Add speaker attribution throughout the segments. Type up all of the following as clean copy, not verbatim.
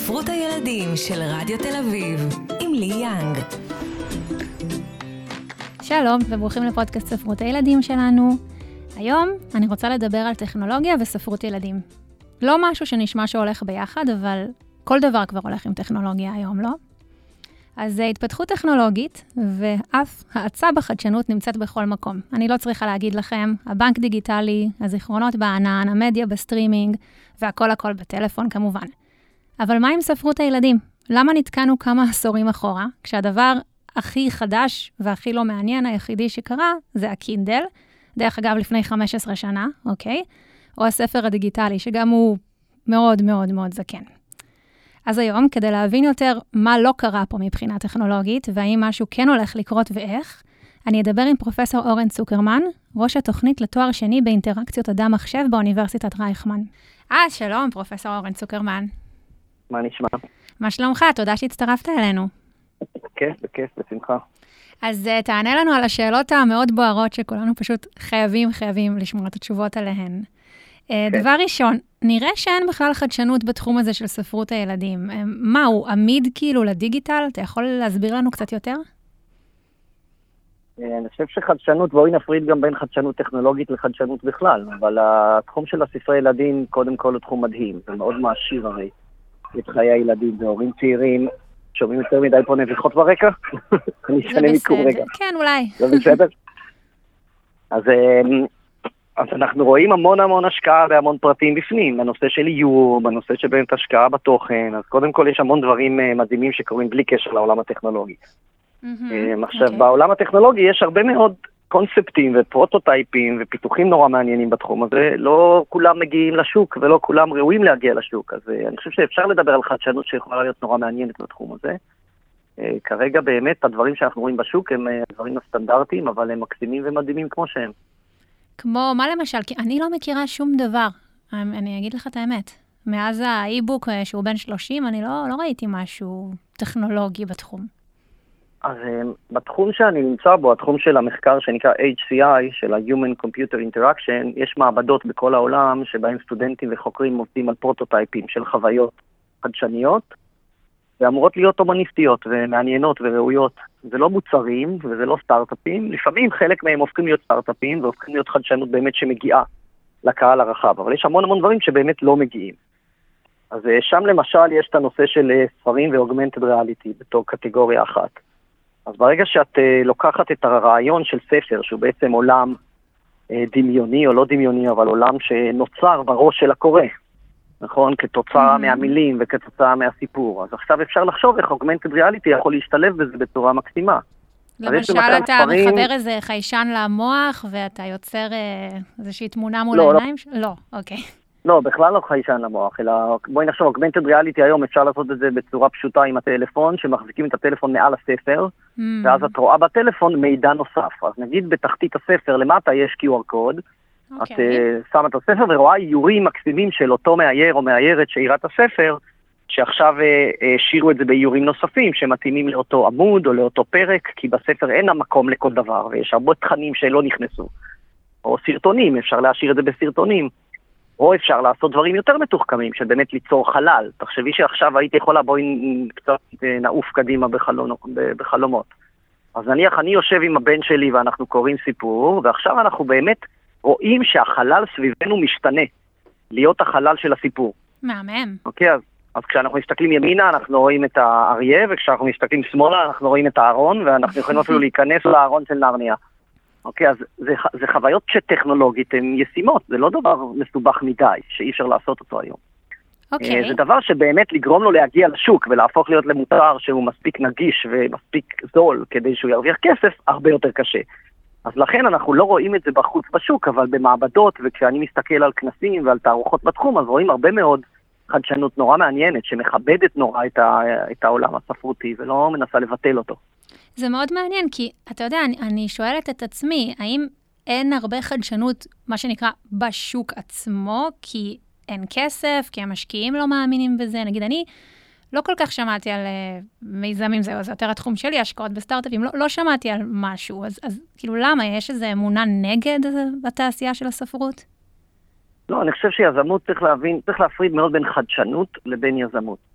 Speaker 1: ספרות הילדים של רדיו תל אביב, עם לי יאנג.
Speaker 2: שלום וברוכים לפודקאסט ספרות הילדים שלנו. היום אני רוצה לדבר על טכנולוגיה וספרות ילדים. לא משהו שנשמע שהולך ביחד, אבל כל דבר כבר הולך עם טכנולוגיה היום, לא? אז התפתחות טכנולוגית, ואף האצה בחדשנות נמצאת בכל מקום. אני לא צריכה להגיד לכם, הבנק דיגיטלי, הזיכרונות בענן, המדיה בסטרימינג, והכל בטלפון כמובן. אבל מה עם ספרות הילדים? למה נתקענו כמה עשורים אחורה, כשהדבר הכי חדש והכי לא מעניין היחידי שקרה, זה הקינדל, דרך אגב לפני 15 שנה, אוקיי? או הספר הדיגיטלי, שגם הוא מאוד מאוד מאוד זקן. אז היום, כדי להבין יותר מה לא קרה פה מבחינה טכנולוגית, והאם משהו כן הולך לקרות ואיך, אני אדבר עם פרופסור אורן צוקרמן, ראש התוכנית לתואר שני באינטראקציות אדם-מחשב באוניברסיטת רייכמן. שלום, פרופסור אורן צוקרמן.
Speaker 3: מה נשמע?
Speaker 2: מה שלומך? תודה שהצטרפת אלינו.
Speaker 3: בכיף, בשמחה.
Speaker 2: אז תענה לנו על השאלות המאוד בוערות שכולנו פשוט חייבים לשמוע את התשובות עליהן. דבר ראשון, נראה שאין בכלל חדשנות בתחום הזה של ספרות הילדים. מה, הוא עמיד כאילו לדיגיטל? אתה יכול להסביר לנו קצת יותר?
Speaker 3: אני חושב שחדשנות, בואי נפריד גם בין חדשנות טכנולוגית לחדשנות בכלל, אבל התחום של הספרי ילדים קודם כל הוא תחום מדהים, זה מאוד מעשיר הרי את חיי הילדים, והורים צעירים, שומעים יותר מדי פה נביחות ברקע? אני אשנה מיקום רגע.
Speaker 2: כן, אולי.
Speaker 3: זה בסדר? אז אנחנו רואים המון השקעה והמון פרטים בפנים, בנושא של איור, בנושא של באמת השקעה בתוכן, אז קודם כל יש המון דברים מדהימים שקורים בלי קשר לעולם הטכנולוגי. עכשיו, בעולם הטכנולוגי יש הרבה מאוד קונספטים ופרוטוטייפים ופיתוחים נורא מעניינים בתחום הזה, לא כולם מגיעים לשוק ולא כולם ראויים להגיע לשוק, אז אני חושב שאפשר לדבר על חדשנות שיכולה להיות נורא מעניינת בתחום הזה. כרגע באמת הדברים שאנחנו רואים בשוק הם דברים הסטנדרטיים, אבל הם מקסימים ומדהימים כמו שהם.
Speaker 2: כמו מה למשל? כי אני לא מכירה שום דבר. אני אגיד לך את האמת. מאז האי-בוק שהוא בן 30, אני לא ראיתי משהו טכנולוגי בתחום.
Speaker 3: אז בתחום שאני נמצא בו, התחום של המחקר שנקרא HCI, של ה-Human Computer Interaction, יש מעבדות בכל העולם שבהם סטודנטים וחוקרים עובדים על פרוטוטייפים של חוויות חדשניות, ואמורות להיות הומניסטיות ומעניינות וראויות. זה לא מוצרים וזה לא סטארט-אפים, לפעמים חלק מהם הופכים להיות סטארט-אפים והופכים להיות חדשנות באמת שמגיעה לקהל הרחב, אבל יש המון דברים שבאמת לא מגיעים. אז שם למשל יש את הנושא של ספרים ו-augmented reality בתור קטגוריה אחת. אז ברגע שאת לוקחת את הרעיון של ספר, שהוא בעצם עולם דמיוני או לא דמיוני, אבל עולם שנוצר בראש של הקורא, נכון? כתוצאה מהמילים וכתוצאה מהסיפור. אז עכשיו אפשר לחשוב איך augmented reality יכול להשתלב בזה בצורה מקסימה.
Speaker 2: למשל, אתה מחבר איזה חיישן למוח, ואתה יוצר איזושהי תמונה מול העיניים? לא, אוקיי.
Speaker 3: לא, בכלל לא חיישן למוח, אלא בואי נחשוב, augmented reality היום אפשר לעשות את זה בצורה פשוטה עם הטלפון, שמחזיקים את הטלפון מעל הספר, ואז את רואה בטלפון מידע נוסף. אז נגיד בתחתית הספר למטה יש QR קוד, את שמה את הספר ורואה איורים מקסימים של אותו מאייר או מאיירת שאירה את הספר, שעכשיו שירו את זה באיורים נוספים שמתאימים לאותו עמוד או לאותו פרק, כי בספר אין המקום לכל דבר, ויש הרבה תכנים שלא נכנסו. או סרטונים, אפשר להשאיר את זה בסרטונים. או אפשר לעשות דברים יותר מתוחכמים, של באמת ליצור חלל. תחשבי שעכשיו הייתי יכולה, בואי קצת נעוף קדימה בחלומות. אז נניח, אני יושב עם הבן שלי ואנחנו קוראים סיפור, ועכשיו אנחנו באמת רואים שהחלל סביבנו משתנה, להיות החלל של הסיפור.
Speaker 2: מהמם.
Speaker 3: אוקיי, אז כשאנחנו מסתכלים ימינה, אנחנו רואים את האריה, וכשאנחנו מסתכלים שמאלה, אנחנו רואים את הארון, ואנחנו יכולים אפילו להיכנס לארון של נרניה. אוקיי, אז זה חוויות שטכנולוגית הן ישימות, זה לא דבר מסובך מדי, שאי אפשר לעשות אותו היום.
Speaker 2: אוקיי.
Speaker 3: זה דבר שבאמת לגרום לו להגיע לשוק, ולהפוך להיות למוצר שהוא מספיק נגיש ומספיק זול, כדי שהוא ירוויח כסף, הרבה יותר קשה. אז לכן אנחנו לא רואים את זה בחוץ בשוק, אבל במעבדות, וכשאני מסתכל על כנסים ועל תערוכות בתחום, אז רואים הרבה מאוד חדשנות נורא מעניינת, שמכבדת נורא את העולם הספרותי, ולא מנסה לבטל אותו.
Speaker 2: זה מאוד מעניין, כי אתה יודע, אני שואלת את עצמי, האם אין הרבה חדשנות, מה שנקרא, בשוק עצמו, כי אין כסף, כי המשקיעים לא מאמינים בזה. נגיד, אני לא כל כך שמעתי על מיזמים, זה יותר התחום שלי, השקעות בסטארט-אפים, לא שמעתי על משהו. אז כאילו, למה? יש איזו אמונה נגד בתעשייה של הספרות?
Speaker 3: לא, אני חושב שיזמות צריך להפריד מאוד בין חדשנות לבין יזמות.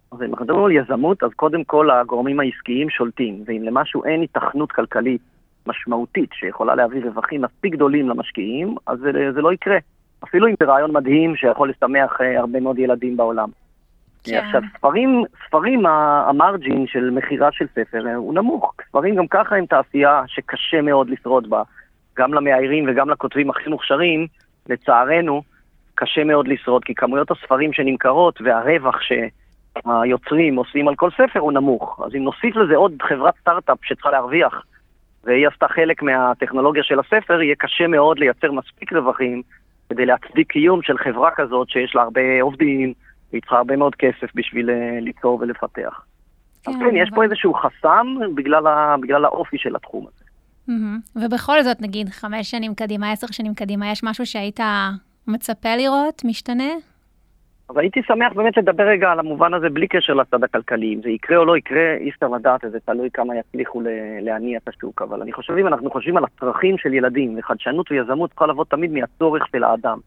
Speaker 3: אז אם מדברים על יזמות, אז קודם כל הגורמים העסקיים שולטים, ואם למשהו אין היתכנות כלכלית משמעותית שיכולה להביא רווחים מספיק גדולים למשקיעים, אז זה לא יקרה. אפילו אם זה רעיון מדהים שיכול לשמח הרבה מאוד ילדים בעולם. עכשיו, ספרים, המרג'ין של מחירה של ספר הוא נמוך. ספרים גם ככה הם תעשייה שקשה מאוד לשרוד בה. גם למאיירים וגם לכותבים הכי מוכשרים, לצערנו, קשה מאוד לשרוד, כי כמויות הספרים שנמכרות והרווח שהיוצרים עושים על כל ספר הוא נמוך. אז אם נוסיף לזה עוד חברת סטארט-אפ שצריכה להרוויח, והיא עשתה חלק מהטכנולוגיה של הספר, יהיה קשה מאוד לייצר מספיק רווחים, כדי להצדיק קיום של חברה כזאת שיש לה הרבה עובדים, והיא צריכה הרבה מאוד כסף בשביל ליצור ולפתח. אז כן, יש פה איזשהו חסם בגלל האופי של התחום הזה.
Speaker 2: ובכל זאת, נגיד, 5 שנים קדימה, 10 שנים קדימה, יש משהו שהיית מצפה לראות, משתנה?
Speaker 3: אז הייתי שמח באמת לדבר רגע על המובן הזה בלי קשר לצד הכלכלי. אם זה יקרה או לא יקרה, אי אפשר לדעת, זה תלוי כמה יצליחו להניע את השוק. אבל אנחנו חושבים על הצרכים של ילדים, וחדשנות ויזמות צריכה לבוא תמיד מהצורך של האדם.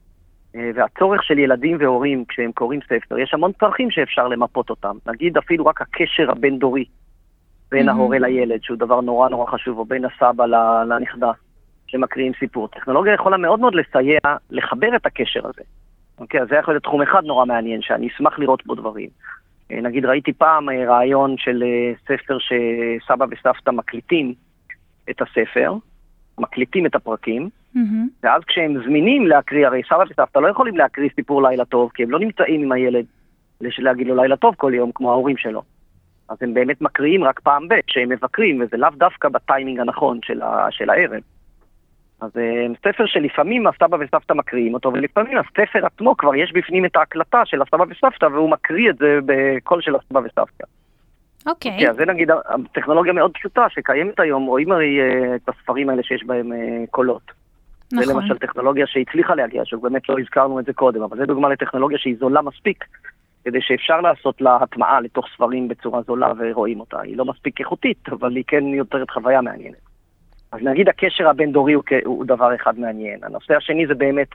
Speaker 3: והצורך של ילדים והורים כשהם קוראים ספר, יש המון צרכים שאפשר למפות אותם. נגיד אפילו רק הקשר הבין-דורי בין ההורה לילד, שהוא דבר נורא נורא חשוב, או בין הסבא לנכדה שמקריאים סיפור. טכנולוגיה יכולה מאוד מאוד לסייע לחבר את הקשר הזה. אוקיי, אז זה יכול להיות תחום אחד נורא מעניין, שאני אשמח לראות בו דברים. נגיד, ראיתי פעם רעיון של ספר שסבא וסבתא מקליטים את הספר, מקליטים את הפרקים, ואז כשהם זמינים להקריא, הרי סבא וסבתא לא יכולים להקריא סיפור לילה טוב, כי הם לא נמצאים עם הילד להגיד לו לילה טוב כל יום, כמו ההורים שלו. אז הם באמת מקריאים רק פעם ב' שהם מבקרים, וזה לאו דווקא בטיימינג הנכון של הערב. אז ספר שלפעמים הסבא וסבתא מקריאים אותו, ולפעמים הספר עצמו כבר יש בפנים את ההקלטה של הסבא וסבתא, והוא מקריא את זה בקול של הסבא וסבתא.
Speaker 2: אוקיי.
Speaker 3: אז זה נגיד טכנולוגיה מאוד פשוטה שקיימת היום, רואים הרי את הספרים האלה שיש בהם קולות. נכון. זה למשל טכנולוגיה שהצליחה להגיע, שבאמת לא הזכרנו את זה קודם, אבל זה דוגמה לטכנולוגיה שהיא זולה מספיק, כדי שאפשר לעשות לה הטמעה לתוך ספרים בצורה זולה ורואים אותה. היא לא מספיק איכותית, אבל היא כן יותרת חוויה מעניינת. אז נגיד הקשר הבין-דורי הוא דבר אחד מעניין. הנושא השני זה באמת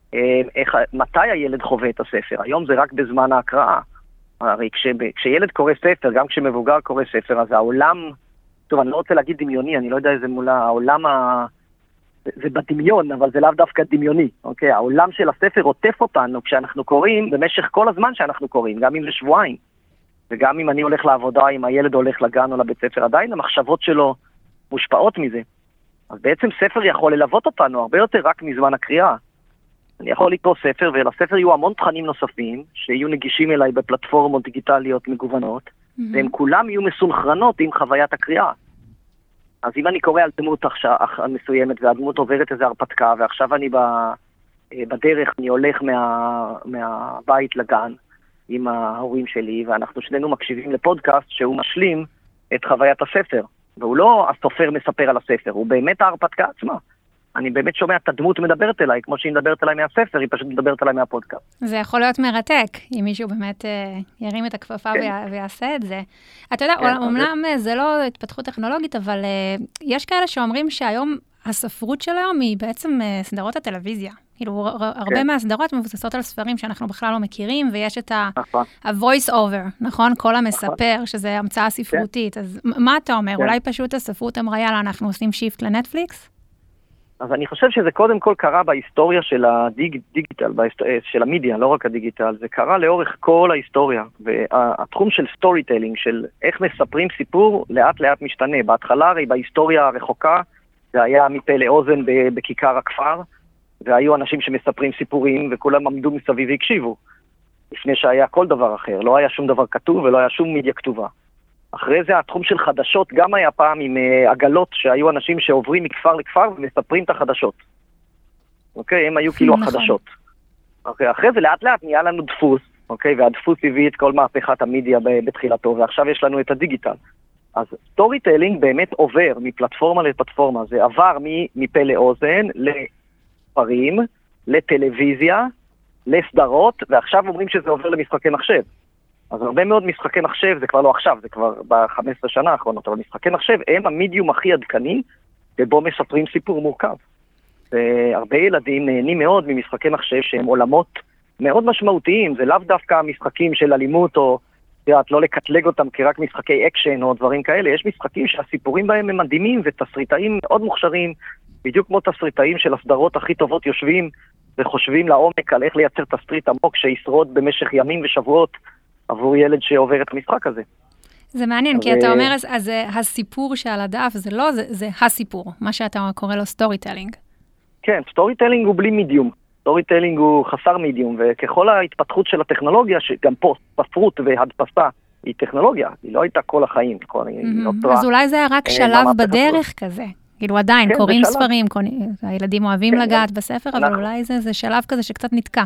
Speaker 3: מתי הילד חווה את הספר. היום זה רק בזמן ההקראה. הרי כשילד קורא ספר, גם כשמבוגר קורא ספר, אז העולם, טוב, אני לא רוצה להגיד דמיוני, אני לא יודע איזה מולה, העולם זה בדמיון, אבל זה לאו דווקא דמיוני, אוקיי? העולם של הספר עוטף אותנו כשאנחנו קוראים במשך כל הזמן שאנחנו קוראים, גם אם זה שבועיים, וגם אם אני הולך לעבודה, אם הילד הולך לגן או לבית ספר, עדיין המחשבות שלו מושפעות מזה. אז בעצם ספר יכול ללוות אותנו הרבה יותר רק מזמן הקריאה. אני יכול לקרוא ספר, ולספר יהיו המון תכנים נוספים, שיהיו נגישים אליי בפלטפורמות דיגיטליות מגוונות, והם כולם יהיו מסונכרנות עם חוויית הקריאה. אז אם אני קורא על דמות מסוימת, והדמות עוברת איזו הרפתקה, ועכשיו אני בדרך, אני הולך מהבית לגן עם ההורים שלי, ואנחנו שנינו מקשיבים לפודקאסט שהוא משלים את חוויית הספר. והוא לא הסופר מספר על הספר, הוא באמת ההרפתקה עצמה. אני באמת שומע את הדמות מדברת אליי, כמו שהיא מדברת אליי מהספר, היא פשוט מדברת אליי מהפודקאסט.
Speaker 2: זה יכול להיות מרתק, אם מישהו באמת ירים את הכפפה ויעשה את זה. אתה יודע, אומנם זה לא התפתחות טכנולוגית, אבל יש כאלה שאומרים שהיום הספרות של היום היא בעצם סדרות הטלוויזיה. כאילו, הרבה מהסדרות מבוססות על ספרים שאנחנו בכלל לא מכירים, ויש את ה-voice over, נכון? כל המספר, שזה המצאה ספרותית. אז מה אתה אומר? אולי פשוט הספרות אמרה, יאללה, אנחנו עושים שיפט לנטפליקס?
Speaker 3: אז אני חושב שזה קודם כל קרה בהיסטוריה של הדיגיטל, של המדיה, לא רק הדיגיטל, זה קרה לאורך כל ההיסטוריה, והתחום של סטורי טיילינג, של איך מספרים סיפור, לאט לאט משתנה. בהתחלה הרי בהיסטוריה הרחוקה, זה היה מפה לאוזן בכיכר הכפר, והיו אנשים שמספרים סיפורים, וכולם עמדו מסביב והקשיבו, לפני שהיה כל דבר אחר, לא היה שום דבר כתוב ולא היה שום מדיה כתובה. אחרי זה התחום של חדשות גם היה פעם עם עגלות שהיו אנשים שעוברים מכפר לכפר ומספרים את החדשות. אוקיי, הם היו כאילו החדשות. אוקיי, אחרי זה לאט לאט נהיה לנו דפוס, אוקיי, והדפוס הביא את כל מהפכת המדיה בתחילתו, ועכשיו יש לנו את הדיגיטל. אז סטורי טיילינג באמת עובר מפלטפורמה לפלטפורמה, זה עבר מפה לאוזן, לספרים, לטלוויזיה, לסדרות, ועכשיו אומרים שזה עובר למשחקי מחשב. אז הרבה מאוד משחקי מחשב, זה כבר לא עכשיו, זה כבר ב-15 שנה האחרונות, אבל משחקי מחשב הם המדיום הכי עדכני, ובו מספרים סיפור מורכב. והרבה ילדים נהנים מאוד ממשחקי מחשב שהם עולמות מאוד משמעותיים, זה לאו דווקא משחקים של אלימות או לא לקטלג אותם כרק משחקי אקשן או דברים כאלה, יש משחקים שהסיפורים בהם הם מדהימים ותסריטאים מאוד מוכשרים, בדיוק כמו תסריטאים של הסדרות הכי טובות יושבים וחושבים לעומק על איך לייצר תסריט עמוק שישרוד במשך ימים ושבועות עבור ילד שעובר את המשחק הזה.
Speaker 2: זה מעניין, כי אתה אומר, אז הסיפור שעל הדף, זה לא, זה הסיפור, מה שאתה קורא לו סטורי טלינג.
Speaker 3: כן, סטורי טלינג הוא בלי מידיום. סטורי טלינג הוא חסר מידיום, וככל ההתפתחות של הטכנולוגיה, שגם פה ספרות והדפסה היא טכנולוגיה, היא לא הייתה כל החיים.
Speaker 2: אז אולי זה היה רק שלב בדרך כזה. כאילו עדיין, קוראים ספרים, הילדים אוהבים לגעת בספר, אבל אולי זה שלב כזה שקצת נתקע.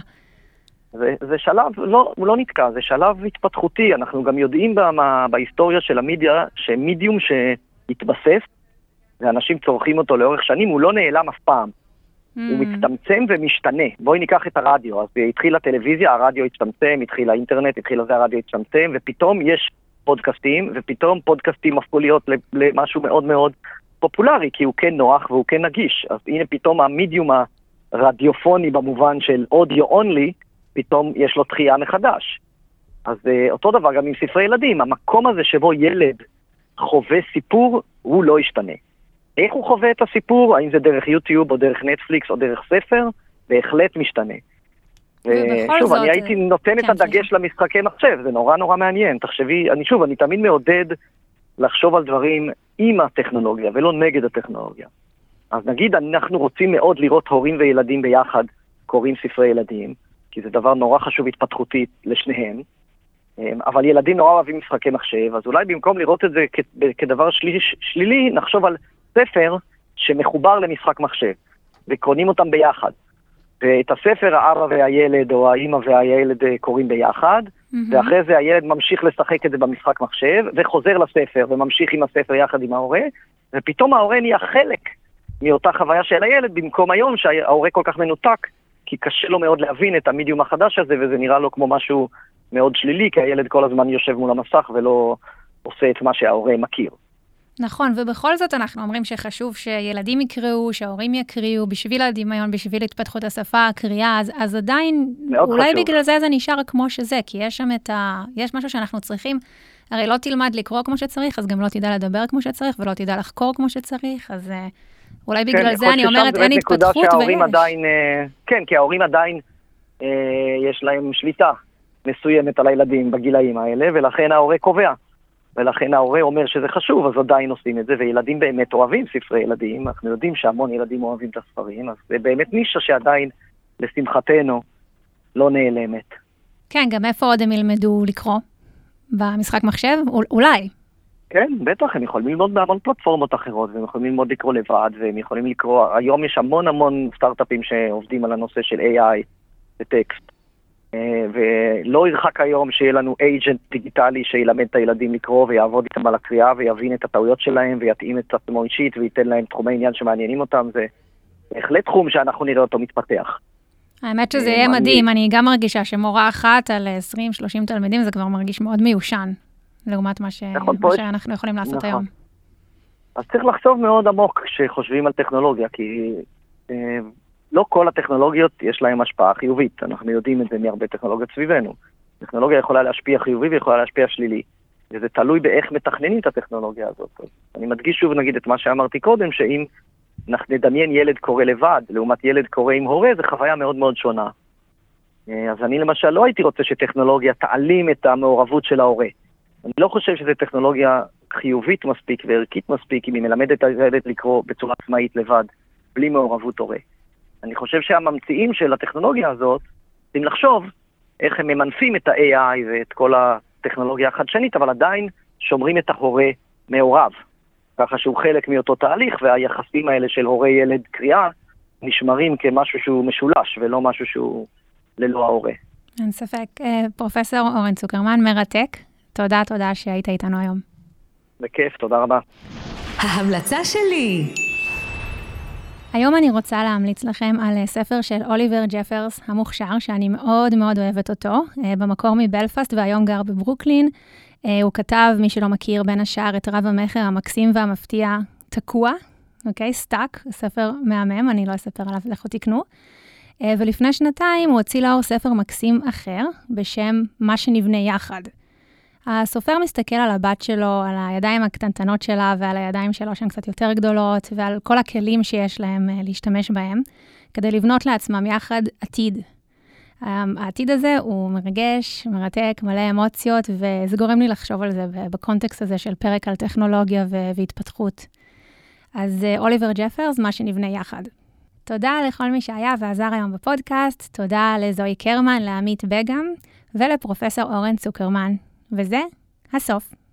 Speaker 3: זה שלב, הוא לא נתקע, זה שלב התפתחותי. אנחנו גם יודעים בהיסטוריה של המדיה, שמידיום שהתבסס, ואנשים צורכים אותו לאורך שנים, הוא לא נעלם אף פעם. הוא מצטמצם ומשתנה. בואי ניקח את הרדיו. אז התחילה הטלוויזיה, הרדיו הצטמצם, התחילה האינטרנט, התחילה זה הרדיו הצטמצם, ופתאום יש פודקאסטים, ופתאום פודקאסטים הפכו להיות למשהו מאוד מאוד פופולרי, כי הוא כן נוח והוא כן נגיש. אז הנה פתאום המדיום הרדיופוני במובן של audio only, פתאום יש לו תחייה מחדש. אז אותו דבר גם עם ספרי ילדים. המקום הזה שבו ילד חווה סיפור, הוא לא ישתנה. איך הוא חווה את הסיפור? האם זה דרך יוטיוב או דרך נטפליקס או דרך ספר? בהחלט משתנה. שוב, אני הייתי נותן את הדגש למשחקי מחשב, זה נורא נורא מעניין. תחשבי, אני תמיד מעודד לחשוב על דברים עם הטכנולוגיה ולא נגד הטכנולוגיה. אז נגיד, אנחנו רוצים מאוד לראות הורים וילדים ביחד קוראים ספרי ילדים, כי זה דבר נורא חשוב התפתחותית לשניהם, אבל ילדים נורא אוהבים משחקי מחשב, אז אולי במקום לראות את זה כדבר שלילי, נחשוב על ספר שמחובר למשחק מחשב, וקונים אותם ביחד. ואת הספר האבא והילד או האמא והילד קוראים ביחד, ואחרי זה הילד ממשיך לשחק את זה במשחק מחשב, וחוזר לספר וממשיך עם הספר יחד עם ההורה, ופתאום ההורה נהיה חלק מאותה חוויה של הילד, במקום היום שההורה כל כך מנותק, כי קשה לו מאוד להבין את המדיום החדש הזה, וזה נראה לו כמו משהו מאוד שלילי, כי הילד כל הזמן יושב מול המסך ולא עושה את מה שההורה מכיר.
Speaker 2: נכון, ובכל זאת אנחנו אומרים שחשוב שילדים יקראו, שההורים יקראו, בשביל הדמיון, בשביל התפתחות השפה, הקריאה, אז עדיין, אולי חשוב. בגלל זה נשאר כמו שזה, כי יש שם יש משהו שאנחנו צריכים, הרי לא תלמד לקרוא כמו שצריך, אז גם לא תדע לדבר כמו שצריך, ולא תדע לחקור כמו שצריך, אז אולי בגלל זה אני אומרת, אין התפתחות ויש.
Speaker 3: כן, כי ההורים עדיין, יש להם שליטה מסוימת על הילדים בגילאים האלה, ולכן ההורה קובע. ולכן ההורה אומר שזה חשוב, אז עדיין עושים את זה, וילדים באמת אוהבים ספרי ילדים, אנחנו יודעים שהמון ילדים אוהבים את הספרים, אז זה באמת נישה שעדיין, לשמחתנו, לא נעלמת.
Speaker 2: כן, גם איפה עוד הם ילמדו לקרוא? במשחק מחשב? אולי.
Speaker 3: כן, בטח, הם יכולים ללמוד בהמון פלטפורמות אחרות, והם יכולים ללמוד לקרוא לבד, והם יכולים לקרוא, היום יש המון סטארט-אפים שעובדים על הנושא של AI וטקסט. ולא ירחק היום שיהיה לנו אייג'נט דיגיטלי שילמד את הילדים לקרוא ויעבוד איתם על הקריאה ויבין את הטעויות שלהם ויתאים את עצמו אישית וייתן להם תחומי עניין שמעניינים אותם. זה בהחלט תחום שאנחנו נראה אותו מתפתח.
Speaker 2: האמת שזה יהיה מדהים. אני גם מרגישה שמורה אחת על 20-30 תלמידים זה כבר מרגיש מאוד מיושן לעומת מה שאנחנו יכולים לעשות היום.
Speaker 3: אז צריך לחשוב מאוד עמוק כשחושבים על טכנולוגיה, כי לא כל הטכנולוגיות יש להן השפעה חיובית. אנחנו יודעים את זה מהרבה טכנולוגיות סביבנו. טכנולוגיה יכולה להשפיע חיובי ויכולה להשפיע שלילי. וזה תלוי באיך מתכננים את הטכנולוגיה הזאת. אני מדגיש שוב נגיד את מה שאמרתי קודם, שאם נדמיין ילד קורא לבד, לעומת ילד קורא עם הורה, זה חוויה מאוד מאוד שונה. אז אני למשל לא הייתי רוצה שטכנולוגיה תעלים את המעורבות של ההורה. אני לא חושב שזו טכנולוגיה חיובית מספיק וערכית מספיק, אם היא מלמדת את הילד לקרוא בצורה עצמאית לבד, בלי מעורבות הורה. אני חושב שהממציאים של הטכנולוגיה הזאת, צריכים לחשוב איך הם ממנפים את ה-AI ואת כל הטכנולוגיה החדשנית, אבל עדיין שומרים את ההורה מעורב. ככה שהוא חלק מאותו תהליך, והיחסים האלה של הורה-ילד קריאה, נשמרים כמשהו שהוא משולש, ולא משהו שהוא ללא ההורה.
Speaker 2: אין ספק. פרופסור אורן צוקרמן, מרתק. תודה שהיית איתנו היום.
Speaker 3: בכיף, תודה רבה.
Speaker 1: ההמלצה שלי.
Speaker 2: היום אני רוצה להמליץ לכם על ספר של אוליבר ג'פרס המוכשר, שאני מאוד מאוד אוהבת אותו, במקור מבלפאסט והיום גר בברוקלין. הוא כתב, מי שלא מכיר, בין השאר את רב המחר המקסים והמפתיע תקוע, אוקיי? סטאק, ספר מהמם, אני לא אספר עליו, לכו תקנו. ולפני שנתיים הוא הוציא לאור ספר מקסים אחר, בשם מה שנבנה יחד. הסופר מסתכל על הבת שלו, על הידיים הקטנטנות שלה ועל הידיים שלו שהן קצת יותר גדולות, ועל כל הכלים שיש להם להשתמש בהם, כדי לבנות לעצמם יחד עתיד. העתיד הזה הוא מרגש, מרתק, מלא אמוציות, וזה גורם לי לחשוב על זה בקונטקסט הזה של פרק על טכנולוגיה והתפתחות. אז אוליבר ג'פרס, מה שנבנה יחד. תודה לכל מי שהיה ועזר היום בפודקאסט, תודה לזוהי קרמן, לעמית בגם, ולפרופסור אורן צוקרמן. וזה הסוף.